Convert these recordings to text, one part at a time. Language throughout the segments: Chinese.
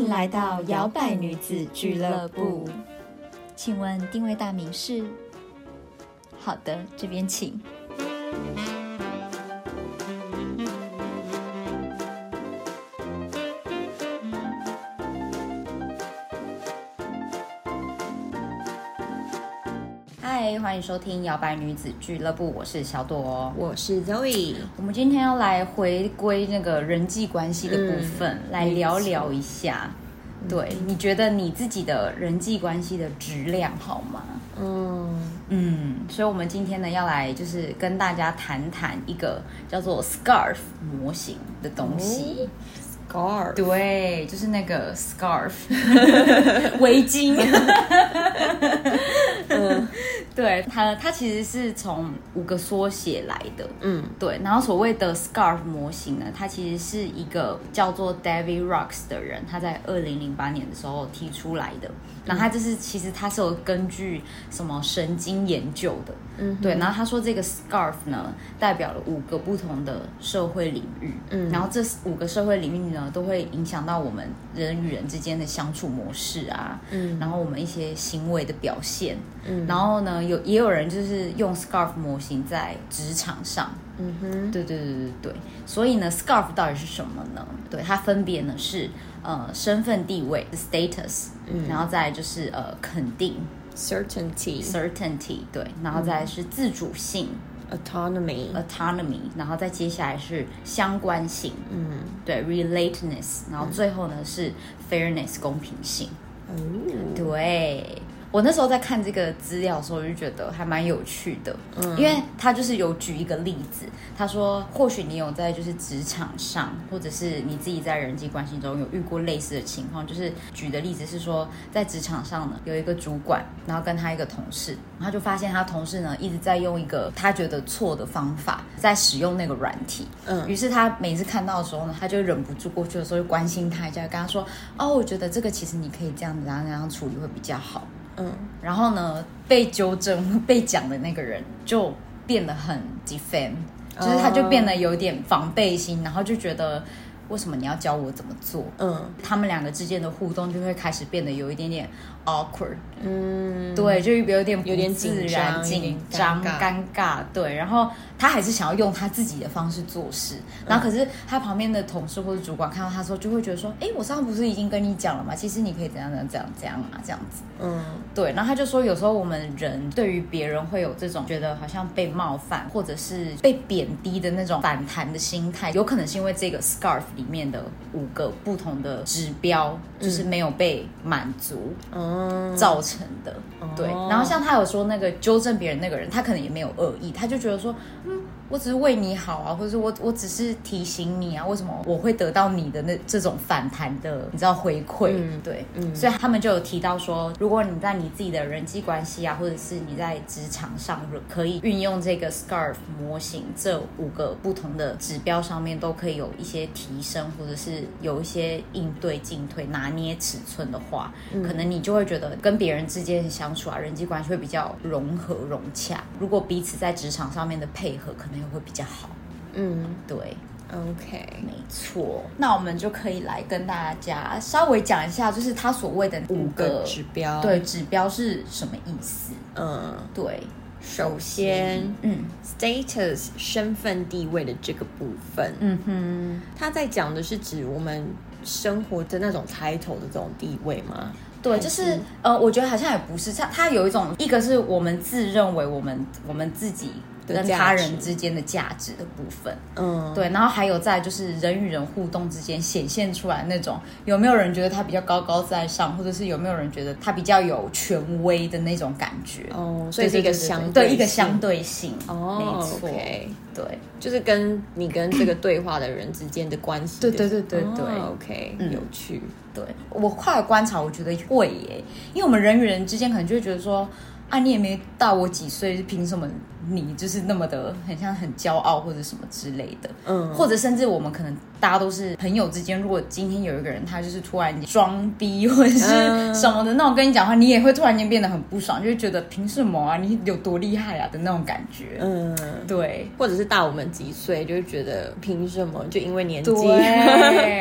迎来到摇摆女子俱乐部。请问定位大名是？好的，这边请。嗨，欢迎收听摇摆女子俱乐部，我是小朵， 我是 Zoe。 我们今天要来回归那个人际关系的部分，来聊聊一下。对，你觉得你自己的人际关系的质量好吗？所以我们今天呢要来就是跟大家谈谈一个叫做 SCARF 模型的东西。 Scarf， 对，就是那个 scarf 围巾。对，它其实是从5个缩写来的。对，然后所谓的 scarf 模型呢，它其实是一个叫做 David Rocks 的人，他在2008年的时候提出来的。然后他其实他是有根据什么神经研究的。对，然后他说这个 scarf 呢，代表了5个不同的社会领域。然后这5个社会领域呢，都会影响到我们人与人之间的相处模式啊。然后我们一些行为的表现。然后呢，也有人就是用 SCARF 模型在职场上。对，所以呢 SCARF 到底是什么呢？对，它分别呢是身份地位 status，然后再来就是肯定 certainty， 对，然后再来是自主性 autonomy， 然后再接下来是相关性，对 relatedness， 然后最后呢是 fairness 公平性。对，我那时候在看这个资料的时候，我就觉得还蛮有趣的。因为他就是有举一个例子，他说或许你有在就是职场上，或者是你自己在人际关系中有遇过类似的情况，就是举的例子是说，在职场上呢有一个主管，然后跟他一个同事，他就发现他同事呢一直在用一个他觉得错的方法在使用那个软体。于是他每次看到的时候呢，他就忍不住过去的时候就关心他一下，跟他说：“哦，我觉得这个其实你可以这样子，然后那样处理会比较好。”然后呢，被纠正、被讲的那个人就变得很 defend， 就是他就变得有点防备心，然后就觉得为什么你要教我怎么做？他们2个之间的互动就会开始变得有一点点 awkward，对，就有点不自然、紧张、尴尬，对。然后他还是想要用他自己的方式做事，然后可是他旁边的同事或者主管看到他的时候，就会觉得说：“哎，我上次不是已经跟你讲了吗？其实你可以怎样啊，这样子。”对。然后他就说，有时候我们人对于别人会有这种觉得好像被冒犯或者是被贬低的那种反弹的心态，有可能是因为这个 SCARF 里面的5个不同的指标就是没有被满足。造成的。对。然后像他有说那个纠正别人那个人，他可能也没有恶意，他就觉得说我只是为你好啊，或者是我只是提醒你啊，为什么我会得到你的这种反弹的你知道回馈。对。所以他们就有提到说，如果你在你自己的人际关系啊，或者是你在职场上可以运用这个 SCARF 模型，这5个不同的指标上面都可以有一些提升，或者是有一些应对进退拿捏尺寸的话，可能你就会觉得跟别人之间的相处啊，人际关系会比较融合融洽。如果彼此在职场上面的配合，可能也会比较好。对。 OK， 没错。那我们就可以来跟大家稍微讲一下，就是他所谓的5个指标。对， 指标是什么意思？对。 首先，status 身份地位的这个部分，他在讲的是指我们生活的那种 title 的这种地位吗？ 对，就是我觉得好像也不是，它有一个是我们自认为我们自己跟他人之间的价值的部分。对，然后还有在就是人与人互动之间显现出来那种，有没有人觉得他比较高高在上，或者是有没有人觉得他比较有权威的那种感觉。 所以是一个相对性。 对，一个相对性。没错。对， 就是跟你跟这个对话的人之间的关系。 对。 OK，有趣。 对，我后来观察，我觉得会耶，因为我们人与人之间可能就会觉得说，啊，你也没大我几岁，凭什么你就是那么的很像很骄傲或者什么之类的。或者甚至我们可能大家都是朋友之间，如果今天有一个人他就是突然装逼或者是什么的那种跟你讲话，你也会突然间变得很不爽，就会觉得凭什么啊，你有多厉害啊的那种感觉。对， 或者是大我们几岁，就会觉得凭什么，就因为年纪。 对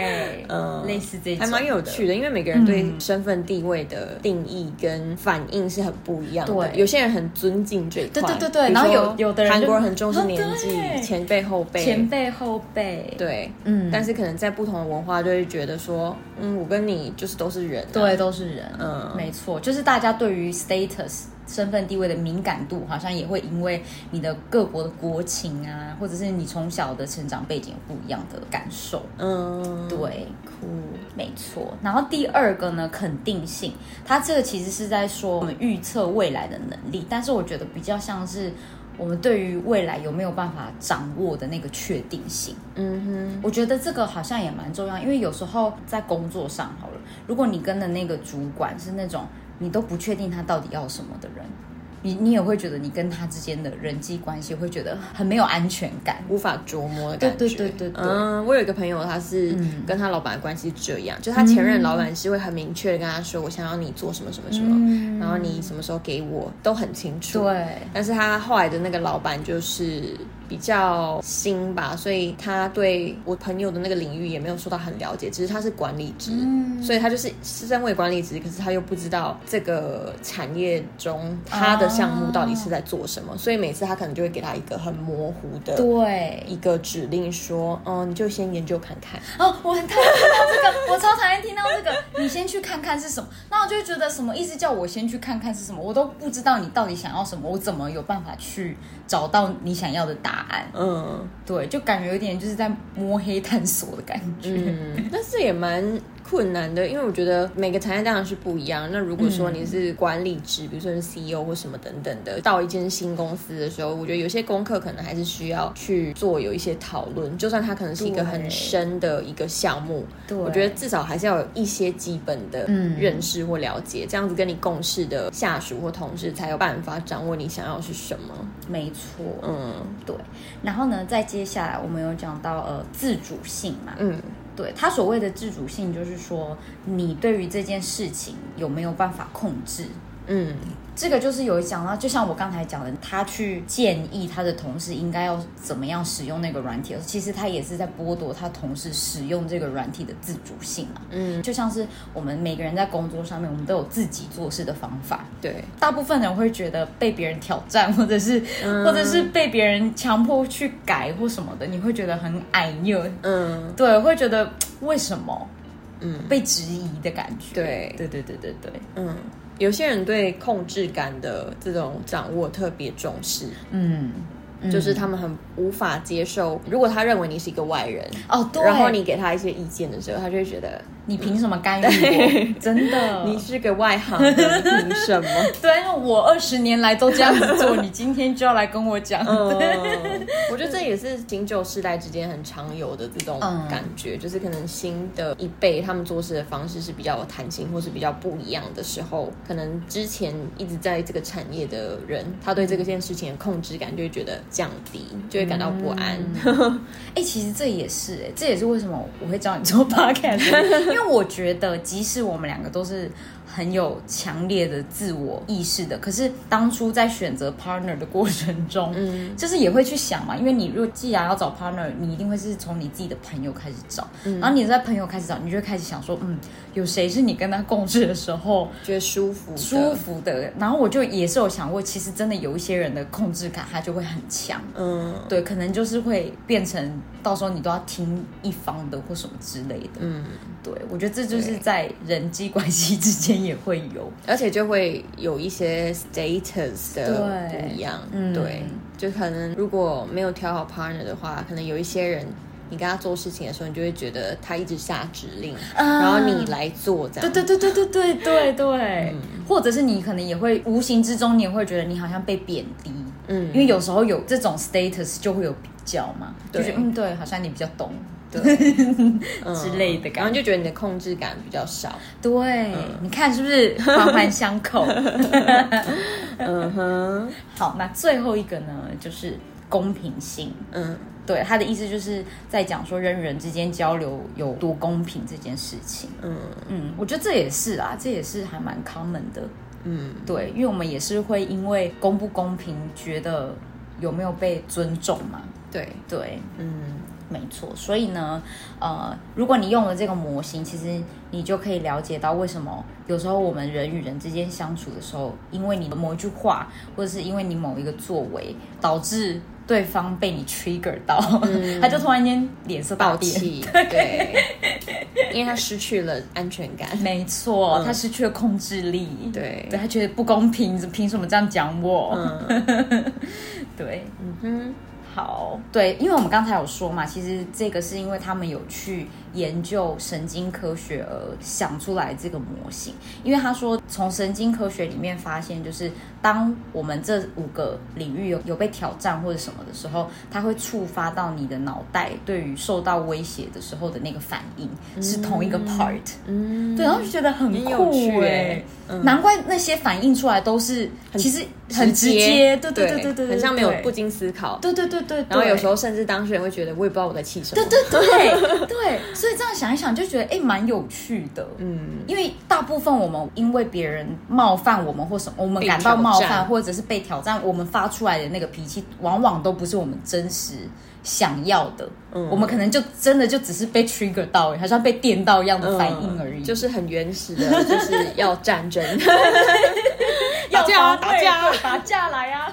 类似这种还蛮有趣的，因为每个人对身份地位的定义跟反应是很不一样的。对，有些人很尊敬这一块， 对，然后有的人韩国人很重视年纪，前辈后辈，对，但是可能在不同的文化就会觉得说，我跟你就是都是人， 对，都是人，没错，就是大家对于 status。身份地位的敏感度好像也会因为你的各国的国情啊，或者是你从小的成长背景有不一样的感受。对， 酷， 没错。然后第二个呢，肯定性，它这个其实是在说我们预测未来的能力，但是我觉得比较像是我们对于未来有没有办法掌握的那个确定性。我觉得这个好像也蛮重要，因为有时候在工作上好了，如果你跟的那个主管是那种你都不确定他到底要什么的人，你也会觉得你跟他之间的人际关系会觉得很没有安全感， 无法琢磨的感觉。 对。 我有一个朋友，他是跟他老板的关系这样，就他前任老板是会很明确的跟他说，我想要你做什么什么什么，然后你什么时候给我都很清楚。 对，但是他后来的那个老板就是比较新吧，所以他对我朋友的那个领域也没有说到很了解，只是他是管理职，所以他就是身为管理职，可是他又不知道这个产业中他的项目到底是在做什么，所以每次他可能就会给他一个很模糊的一个指令说，你就先研究看看。 我很讨厌听到这个，我超讨厌听到这个，你先去看看是什么，那我就会觉得什么意思叫我先去看看是什么，我都不知道你到底想要什么，我怎么有办法去找到你想要的答案？对，就感觉有点就是在摸黑探索的感觉。 但是也蛮困难的，因为我觉得每个产业当然是不一样。那如果说你是管理职，比如说是 CEO 或什么等等的，到一间新公司的时候，我觉得有些功课可能还是需要去做有一些讨论，就算它可能是一个很深的一个项目，我觉得至少还是要有一些基本的认识或了解，这样子跟你共事的下属或同事才有办法掌握你想要的是什么。 没错，对。然后呢，再接下来我们有讲到自主性嘛，对，他所谓的自主性就是说你对于这件事情有没有办法控制。这个就是有讲到，就像我刚才讲的，他去建议他的同事应该要怎么样使用那个软体，其实他也是在剥夺他同事使用这个软体的自主性嘛。就像是我们每个人在工作上面，我们都有自己做事的方法。对，大部分人会觉得被别人挑战，或者是被别人强迫去改或什么的，你会觉得很矮扭。对，会觉得为什么？被质疑的感觉。对。 有些人对控制感的这种掌握特别重视，就是他们很无法接受，如果他认为你是一个外人，对，然后你给他一些意见的时候，他就会觉得你凭什么干预我？真的， 你是个外行人，凭什么？ 对，我20年来都这样子做，你今天就要来跟我讲？ 我觉得这也是新旧世代之间很常有的这种感觉，就是可能新的一辈他们做事的方式是比较有弹性，或是比较不一样的时候，可能之前一直在这个产业的人，他对这件事情的控制感就会觉得降低，就会感到不安。 其实这也是为什么我会找你做 podcast， 因为我觉得即使我们两个都是很有强烈的自我意识的，可是当初在选择 partner 的过程中，就是也会去想嘛，因为你如果既然要找 partner， 你一定会是从你自己的朋友开始找，然后你在朋友开始找，你就会开始想说，有谁是你跟他共事的时候觉得舒服的，然后我就也是有想过，其实真的有一些人的控制感他就会很强，对，可能就是会变成到时候你都要听一方的或什么之类的，对，我觉得这就是在人际关系之间也会有， 而且就会有一些 status 的不一样，对，就可能如果没有挑好 partner 的话，可能有一些人你跟他做事情的时候，你就会觉得他一直下指令，然后你来做这样， 对，或者是你可能也会无形之中你也会觉得你好像被贬低，因为有时候有这种 status 就会有比较嘛，就是对，好像你比较懂。对之类的感觉， 然后就觉得你的控制感比较少。 对，你看是不是环环相扣？好，那最后一个呢，就是公平性。对，他的意思就是在讲说人与人之间交流有多公平这件事情。我觉得这也是啦，这也是还蛮 common 的。对，因为我们也是会因为公不公平，觉得有没有被尊重嘛。对， 没错，所以呢，如果你用了这个模型，其实你就可以了解到为什么有时候我们人与人之间相处的时候，因为你的某一句话，或者是因为你某一个作为，导致对方被你 trigger 到，他就突然间脸色大变， 对，因为他失去了安全感。 没错，他失去了控制力， 对， 他觉得不公平，凭什么这样讲我？对，好，对，因为我们刚才有说嘛，其实这个是因为他们有去研究神经科学而想出来这个模型。因为他说从神经科学里面发现，就是当我们这5个领域有被挑战或者什么的时候，它会触发到你的脑袋对于受到威胁的时候的那个反应是同一个 part。对，然后就觉得很酷耶，难怪那些反应出来都是其实很直接，对， 很像没有不经思考， 对， 然后有时候甚至当事人会觉得我也不知道我在气什么， 对，所以这样想一想就觉得蛮有趣的，因为大部分我们因为别人冒犯我们或什么，我们感到冒犯或者是被挑战，我们发出来的那个脾气往往都不是我们真实想要的，我们可能就真的就只是被 trigger 到，好像被电到一样的反应而已， 就是很原始的，就是要战争要打架来啊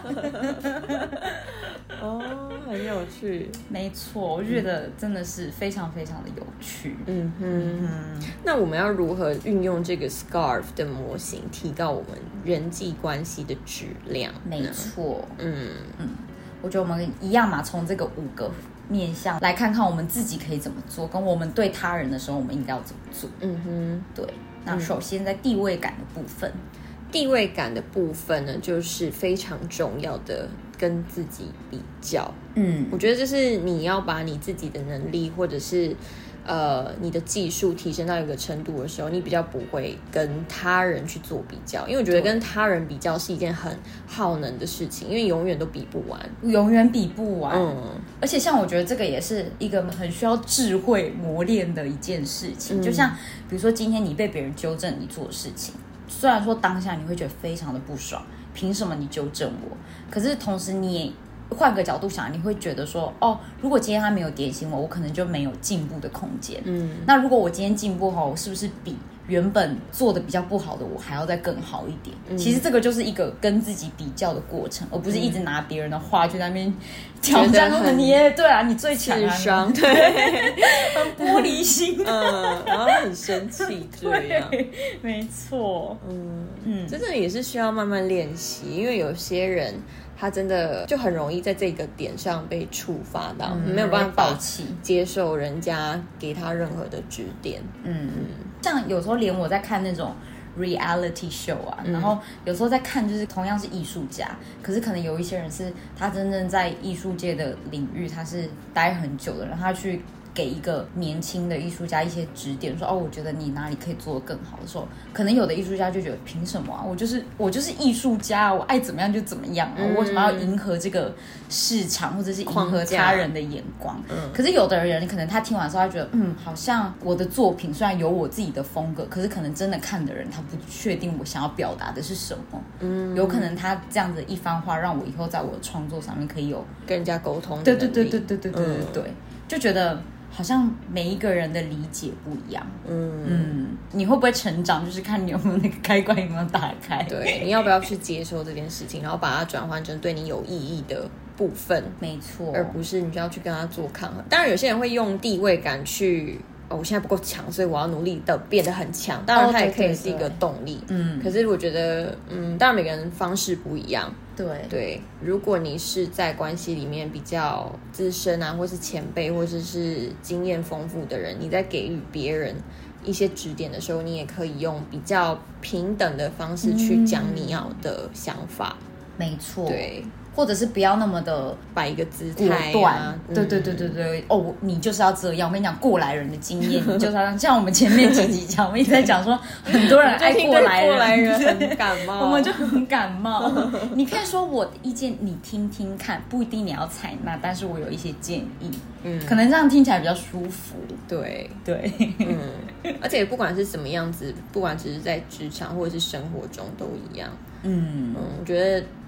哦，很有趣， 没错，我觉得真的是非常非常的有趣。 那我们要如何运用这个 SCARF 的模型，提高我们人际关系的质量？ 没错，我觉得我们一样嘛，从这个5个面向来看看我们自己可以怎么做，跟我们对他人的时候我们应该要怎么做。对。那首先在地位感的部分， 地位感的部分呢，就是非常重要的跟自己比较。我觉得就是你要把你自己的能力或者是你的技术提升到一个程度的时候，你比较不会跟他人去做比较，因为我觉得跟他人比较是一件很耗能的事情，因为永远都比不完，而且像我觉得这个也是一个很需要智慧磨练的一件事情，就像比如说今天你被别人纠正你做的事情，虽然说当下你会觉得非常的不爽，凭什么你纠正我？可是同时你也换个角度想，你会觉得说，如果今天他没有点醒我，我可能就没有进步的空间。那如果我今天进步后，我是不是比原本做的比较不好的我还要再更好一点？其实这个就是一个跟自己比较的过程，而不是一直拿别人的话去那边挑战他们。对啊，你最强啊， 对， 很玻璃心， 然后很生气，这样， 没错， 真的也是需要慢慢练习，因为有些人他真的就很容易在这个点上被触发到，没有办法接受人家给他任何的指点。 像有时候连我在看那种 reality show 啊，然后有时候在看就是同样是艺术家，可是可能有一些人是他真正在艺术界的领域他是待很久的人，他去给一个年轻的艺术家一些指点，说我觉得你哪里可以做得更好的时候，可能有的艺术家就觉得凭什么啊？我就是艺术家，我爱怎么样就怎么样啊，我为什么要迎合这个市场或者是迎合他人的眼光？可是有的人可能他听完之后，他觉得好像我的作品虽然有我自己的风格，可是可能真的看的人他不确定我想要表达的是什么。有可能他这样子一番话，让我以后在我的创作上面可以有跟人家沟通的能力。 对，就觉得好像每一个人的理解不一样。你会不会成长，就是看你有没有那个开关有没有打开。 对，你要不要去接受这件事情，然后把它转换成对你有意义的部分。 没错， 而不是你就要去跟他做抗衡。当然有些人会用地位感去我现在不够强，所以我要努力的变得很强。当然它也可以是一个动力。可是我觉得当然每个人方式不一样。对，如果你是在关系里面比较资深啊，或是前辈，或者是经验丰富的人，你在给予别人一些指点的时候，你也可以用比较平等的方式去讲你要的想法。 没错， 对， 或者是不要那么的摆一个姿态啊，对，你就是要这样。我跟你讲，过来人的经验，你就是要这样。像我们前面几集讲，我们一直在讲说，很多人爱过来人很感冒， 我们就很感冒。你可以说我的意见，你听听看，不一定你要采纳，但是我有一些建议，可能这样听起来比较舒服。 对， 而且不管是什么样子，不管只是在职场或者是生活中都一样。我觉得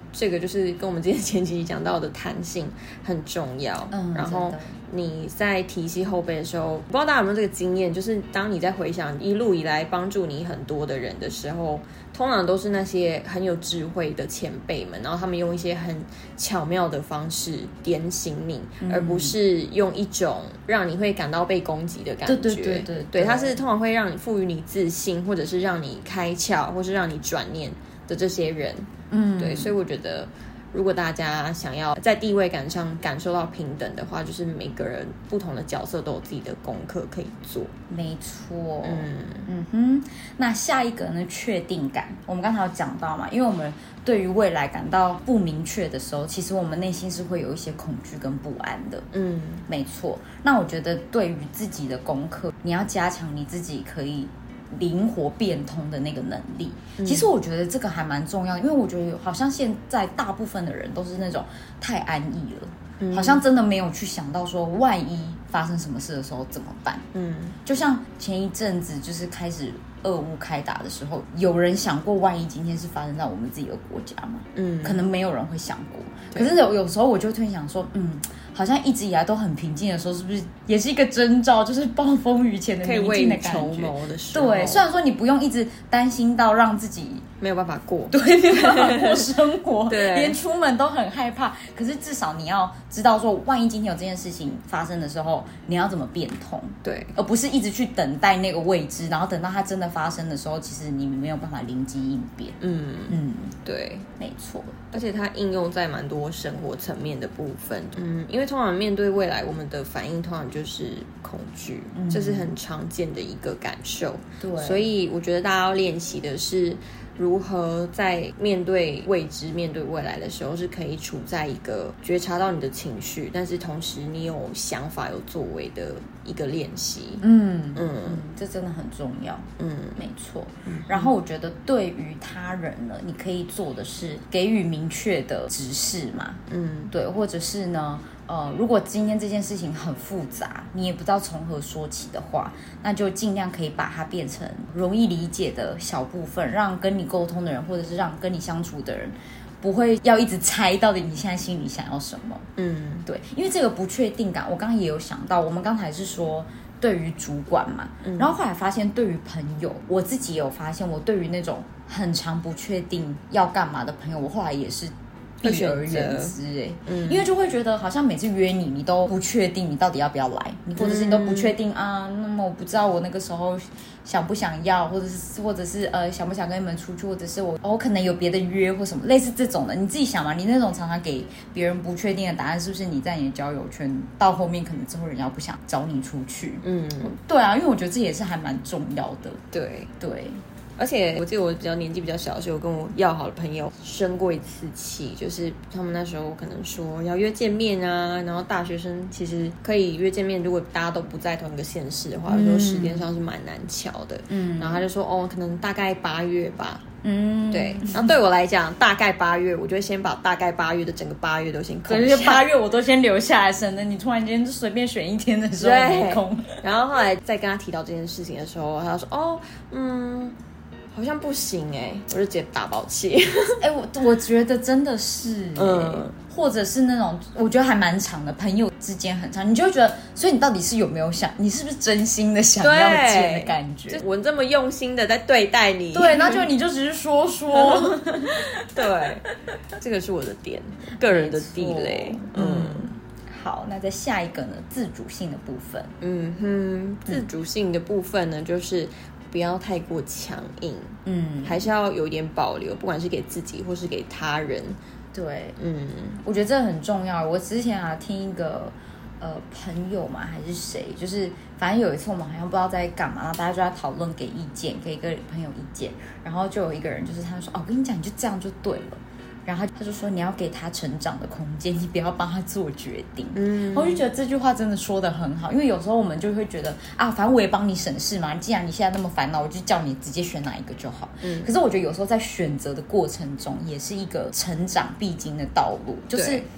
这个就是跟我们之前前几集讲到的弹性很重要。然后你在提携后辈的时候，不知道大家有没有这个经验，就是当你在回想一路以来帮助你很多的人的时候，通常都是那些很有智慧的前辈们，然后他们用一些很巧妙的方式点醒你，而不是用一种让你会感到被攻击的感觉。对，它是通常会让你赋予你自信，或者是让你开窍，或是让你转念的这些人。对，所以我觉得如果大家想要在地位感上感受到平等的话，就是每个人不同的角色都有自己的功课可以做。 没错。那下一个呢，确定感。我们刚才有讲到嘛，因为我们对于未来感到不明确的时候，其实我们内心是会有一些恐惧跟不安的。没错。那我觉得对于自己的功课，你要加强你自己可以灵活变通的那个能力。其实我觉得这个还蛮重要，因为我觉得好像现在大部分的人都是那种太安逸了，好像真的没有去想到说万一发生什么事的时候怎么办。就像前一阵子就是开始俄乌开打的时候，有人想过万一今天是发生在我们自己的国家吗？可能没有人会想过。可是有时候我就突然想说，好像一直以来都很平静的时候，是不是也是一个征兆，就是暴风雨前的宁静的感觉， 可以未雨绸缪的时候。 对，虽然说你不用一直担心到让自己没有办法过， 对，没有办法过生活， 对， 连出门都很害怕。可是至少你要知道说，万一今天有这件事情发生的时候，你要怎么变通， 对， 而不是一直去等待那个未知，然后等到它真的发生的时候，其实你没有办法灵机应变。 对， 没错。 而且它应用在蛮多生活层面的部分。因为通常面对未来，我们的反应通常就是恐惧，这是很常见的一个感受。 对， 所以我觉得大家要练习的是如何在面对未知、面对未来的时候，是可以处在一个觉察到你的情绪，但是同时你有想法、有作为的一个练习。 这真的很重要。没错。然后我觉得对于他人呢，你可以做的是给予明确的指示嘛。对，或者是呢，如果今天这件事情很复杂，你也不知道从何说起的话，那就尽量可以把它变成容易理解的小部分，让跟你沟通的人，或者是让跟你相处的人不会要一直猜到底你现在心里想要什么。对，因为这个不确定感，我刚刚也有想到，我们刚才是说对于主管嘛，然后后来发现对于朋友，我自己也有发现，我对于那种很常不确定要干嘛的朋友，我后来也是避而远之。因为就会觉得好像每次约你，你都不确定你到底要不要来，你或者是你都不确定啊，那么我不知道我那个时候想不想要，或者是想不想跟你们出去，或者是我可能有别的约或什么类似这种的，你自己想嘛，你那种常常给别人不确定的答案，是不是你在你的交友圈到后面可能之后人家不想找你出去？对啊，因为我觉得这也是还蛮重要的。 对。 而且我记得我年纪比较小的时候，跟我要好的朋友生过一次气，就是他们那时候可能说要约见面啊，然后大学生其实可以约见面，如果大家都不在同一个县市的话，有时候时间上是蛮难巧的。然后他就说可能大概8月吧。对。然后对我来讲，大概8月，我就会先把大概8月的整个8月都先空下。 8月我都先留下来，省得你突然间就随便选一天的时候没空。 然后后来再跟他提到这件事情的时候，他说好像不行我就直接打爆气。 我觉得真的是或者是那种我觉得还蛮长的，朋友之间很长，你就会觉得，所以你到底是有没有想，你是不是真心的想要见的感觉？ 我这么用心的在对待你， 对，然后就你就只是说对，这个是我的点，个人的地雷。 好，那在下一个呢，自主性的部分。 自主性的部分呢，就是不要太过强硬，还是要有一点保留，不管是给自己或是给他人。 对，我觉得这很重要。我之前听一个朋友嘛还是谁，就是反正有一次我们好像不知道在干嘛，然后大家就在讨论给意见，给一个朋友意见，然后就有一个人就是他就说我跟你讲，你就这样就对了。然后他就说你要给他成长的空间，你不要帮他做决定。我就觉得这句话真的说得很好，因为有时候我们就会觉得反正我也帮你省事嘛，既然你现在那么烦恼，我就叫你直接选哪一个就好。可是我觉得有时候在选择的过程中，也是一个成长必经的道路，就是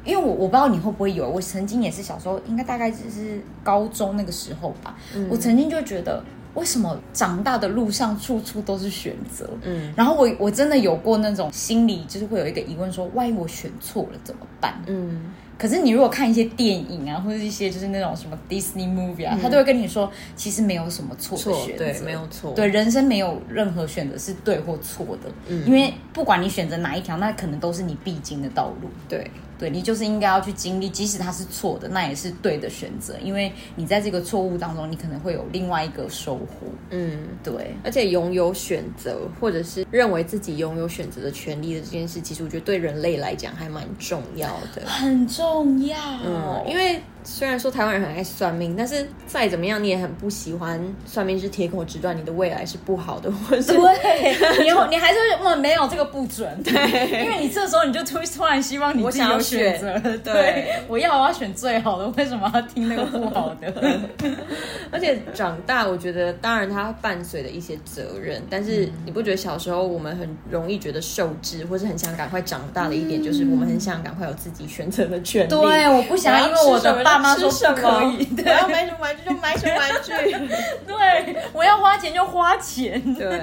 因为我不知道你会不会有，我曾经也是小时候，应该大概只是高中那个时候吧，我曾经就觉得为什么长大的路上处处都是选择，然后我真的有过那种心里就是会有一个疑问说，万一我选错了怎么办？可是你如果看一些电影啊，或者一些就是那种什么 Disney movie 啊，他都会跟你说，其实没有什么错的选择， 对，没有错， 对，人生没有任何选择是对或错的，因为不管你选择哪一条，那可能都是你必经的道路，对，你就是应该要去经历，即使它是错的，那也是对的选择，因为你在这个错误当中，你可能会有另外一个收获。对， 而且拥有选择，或者是认为自己拥有选择的权利的这件事，其实我觉得对人类来讲还蛮重要的， 很重要。 因为虽然说台湾人很爱算命，但是再怎么样你也很不喜欢算命是铁口直断你的未来是不好的，或是对，你还是没有这个不准，对，因为你这时候你就突然希望你自己有选择，对，我要选最好的，为什么要听那个不好的？ 而且长大，我觉得当然它伴随的一些责任，但是你不觉得小时候我们很容易觉得受制，或是很想赶快长大的一点，就是我们很想赶快有自己选择的权利。 对，我不想因为我的爸妈说不可以， 我要买什么玩具就买什么玩具， 对，我要花钱就花钱， 对，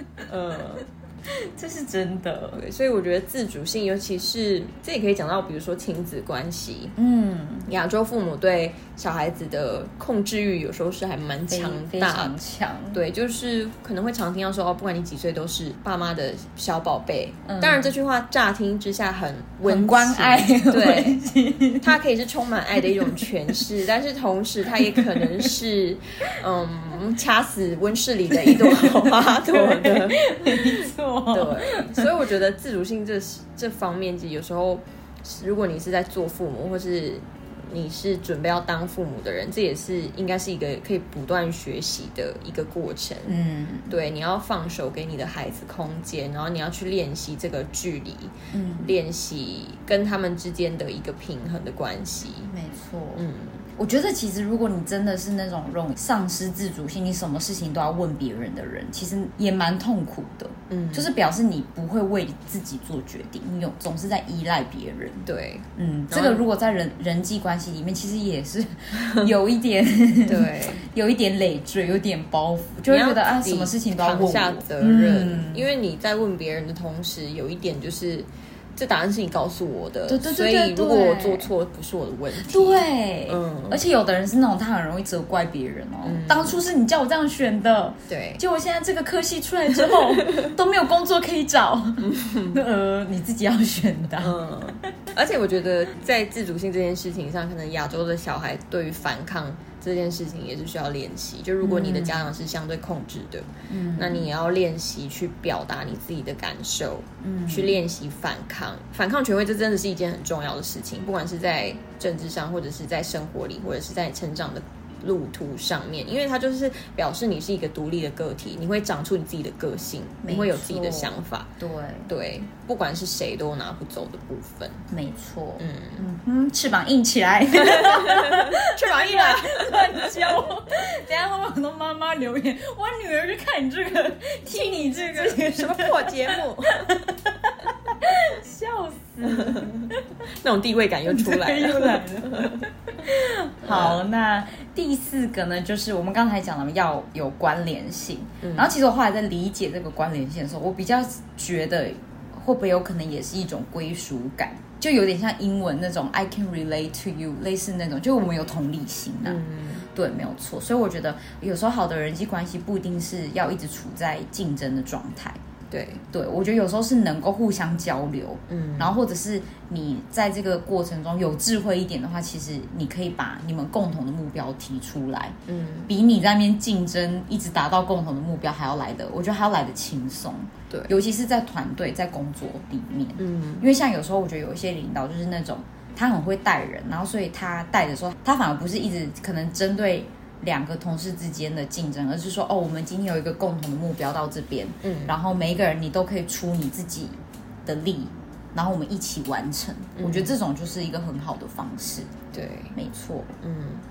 这是真的。 对，所以我觉得自主性，尤其是这也可以讲到，比如说亲子关系，亚洲父母对小孩子的控制欲有时候是还蛮强大， 非常强。 对，就是可能会常听到说，不管你几岁，都是爸妈的小宝贝。当然，这句话乍听之下很温馨， 关爱， 对，它可以是充满爱的一种诠释，但是同时它也可能是，掐死温室里的一朵好花朵的， 没错。 对，所以我觉得自主性这方面，有时候如果你是在做父母，或是你是准备要当父母的人，这也是应该是一个可以不断学习的一个过程。对，你要放手给你的孩子空间，然后你要去练习这个距离，练习跟他们之间的一个平衡的关系。 没错，我觉得其实如果你真的是那种容易丧失自主性，你什么事情都要问别人的人，其实也蛮痛苦的。就是表示你不会为自己做决定，你总是在依赖别人。 对， 这个如果在人际关系里面，其实也是有一点对， 有一点累赘，有点包袱，就会觉得什么事情都要问我， 扛下责任。因为你在问别人的同时，有一点就是这答案是你告诉我的， 对， 所以如果我做错，不是我的问题。 对，而且有的人是那种他很容易责怪别人哦，当初是你叫我这样选的， 对， 结果现在这个科系出来之后都没有工作可以找，你自己要选的。 而且我觉得在自主性这件事情上，可能亚洲的小孩对于反抗这件事情也是需要练习。就如果你的家长是相对控制的，那你也要练习去表达你自己的感受，去练习反抗。反抗权威，这真的是一件很重要的事情，不管是在政治上，或者是在生活里，或者是在成长的路途上面，因为它就是表示你是一个独立的个体，你会长出你自己的个性，你会有自己的想法。对，不管是谁都拿不走的部分。 没错。翅膀硬起来， 翅膀硬了， 乱叫。等一下会有很多妈妈留言，我女儿去看你这个，听你这个什么破节目， 笑死。 那种地位感又出来了。 好，那第4个呢，就是我们刚才讲了要有关联性。然后其实我后来在理解这个关联性的时候，我比较觉得会不会有可能也是一种归属感，就有点像英文那种 I can relate to you， 类似那种，就我们有同理心啊。对，没有错。所以我觉得有时候好的人际关系不一定是要一直处在竞争的状态。对，我觉得有时候是能够互相交流，然后或者是你在这个过程中有智慧一点的话，其实你可以把你们共同的目标提出来，比你在那边竞争一直达到共同的目标还要来的，我觉得还要来的轻松。 对， 尤其是在团队在工作里面，因为像有时候我觉得有一些领导就是那种他很会带人，然后所以他带的时候，他反而不是一直可能针对2个同事之间的竞争，而是说我们今天有一个共同的目标到这边，然后每一个人你都可以出你自己的力，然后我们一起完成。我觉得这种就是一个很好的方式。 对， 没错。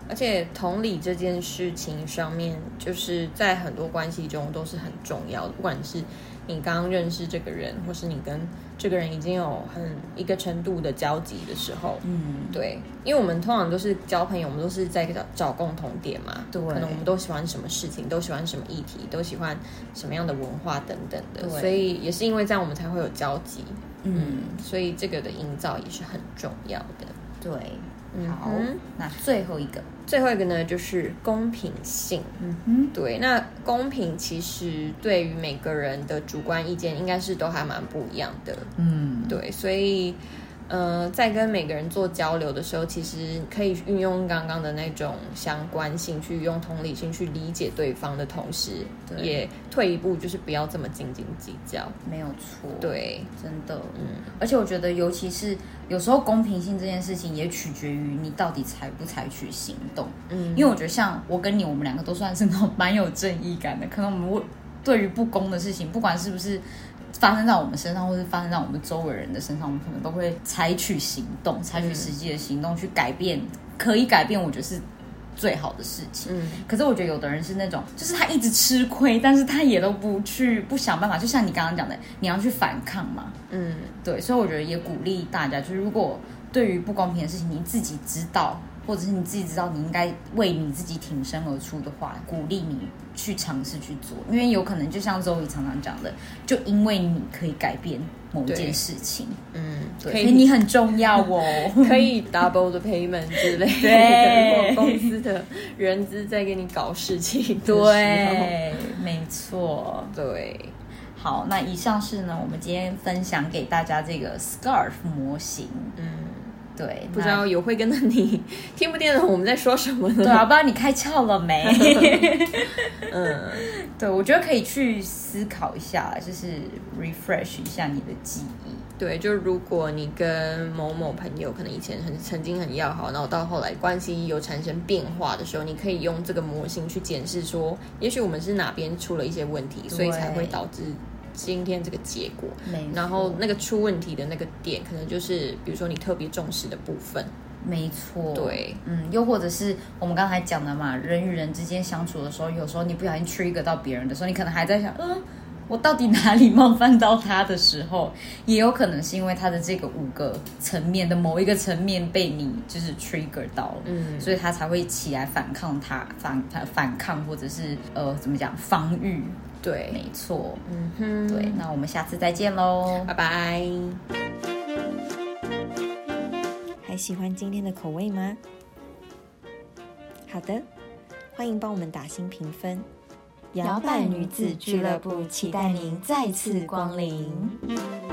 而且同理这件事情上面，就是在很多关系中都是很重要的，不管是你刚认识这个人，或是你跟这个人已经有一个程度的交集的时候，对，因为我们通常都是交朋友，我们都是在找共同点嘛，对，可能我们都喜欢什么事情，都喜欢什么议题，都喜欢什么样的文化等等的，所以也是因为这样我们才会有交集，所以这个的营造也是很重要的， 对。好，那最后一个呢，就是公平性。对，那公平其实对于每个人的主观意见应该是都还蛮不一样的。对，所以在跟每个人做交流的时候，其实可以运用刚刚的那种相关性，去用同理心去理解对方的同时，也退一步，就是不要这么斤斤计较。 没有错， 对， 真的，而且我觉得，尤其是有时候公平性这件事情，也取决于你到底采不采取行动。因为我觉得像我跟你，我们两个都算是那种蛮有正义感的，可能我们对于不公的事情，不管是不是发生在我们身上，或是发生在我们周围人的身上，我们可能都会采取行动，采取实际的行动去改变，可以改变，我觉得是最好的事情。可是我觉得有的人是那种，就是他一直吃亏，但是他也都不想办法，就像你刚刚讲的，你要去反抗嘛。对，所以我觉得也鼓励大家，就是如果对于不公平的事情你自己知道，或者是你自己知道你应该为你自己挺身而出的话，鼓励你去尝试去做，因为有可能就像Zoe常常讲的，就因为你可以改变某件事情，对，所以你很重要哦， 可以 double the payment 之类的，对，如果公司的人资在给你搞事情的时候， 对，没错， 对。 好，那以上是呢我们今天分享给大家这个 SCARF 模型，对， 不知道有慧根的你听不听得懂我们在说什么呢？ 对啊，不知道你开窍了没？对，我觉得可以去思考一下，就是 refresh 一下你的记忆。 对，就如果你跟某某朋友可能以前曾经很要好，然后到后来关系有产生变化的时候，你可以用这个模型去检视说，也许我们是哪边出了一些问题，所以才会导致今天这个结果，然后那个出问题的那个点，可能就是比如说你特别重视的部分。 没错， 对， 又或者是我们刚才讲的嘛，人与人之间相处的时候，有时候你不小心 trigger 到别人的时候，你可能还在想，我到底哪里冒犯到他的时候，也有可能是因为他的这个5个层面的某一个层面被你就是 trigger 到了，所以他才会起来反抗反抗或者是怎么讲防御。对，没错，对，那我们下次再见喽， 拜拜。 还喜欢今天的口味吗？好的，欢迎帮我们打星评分。摇摆女子俱乐部期待您再次光临。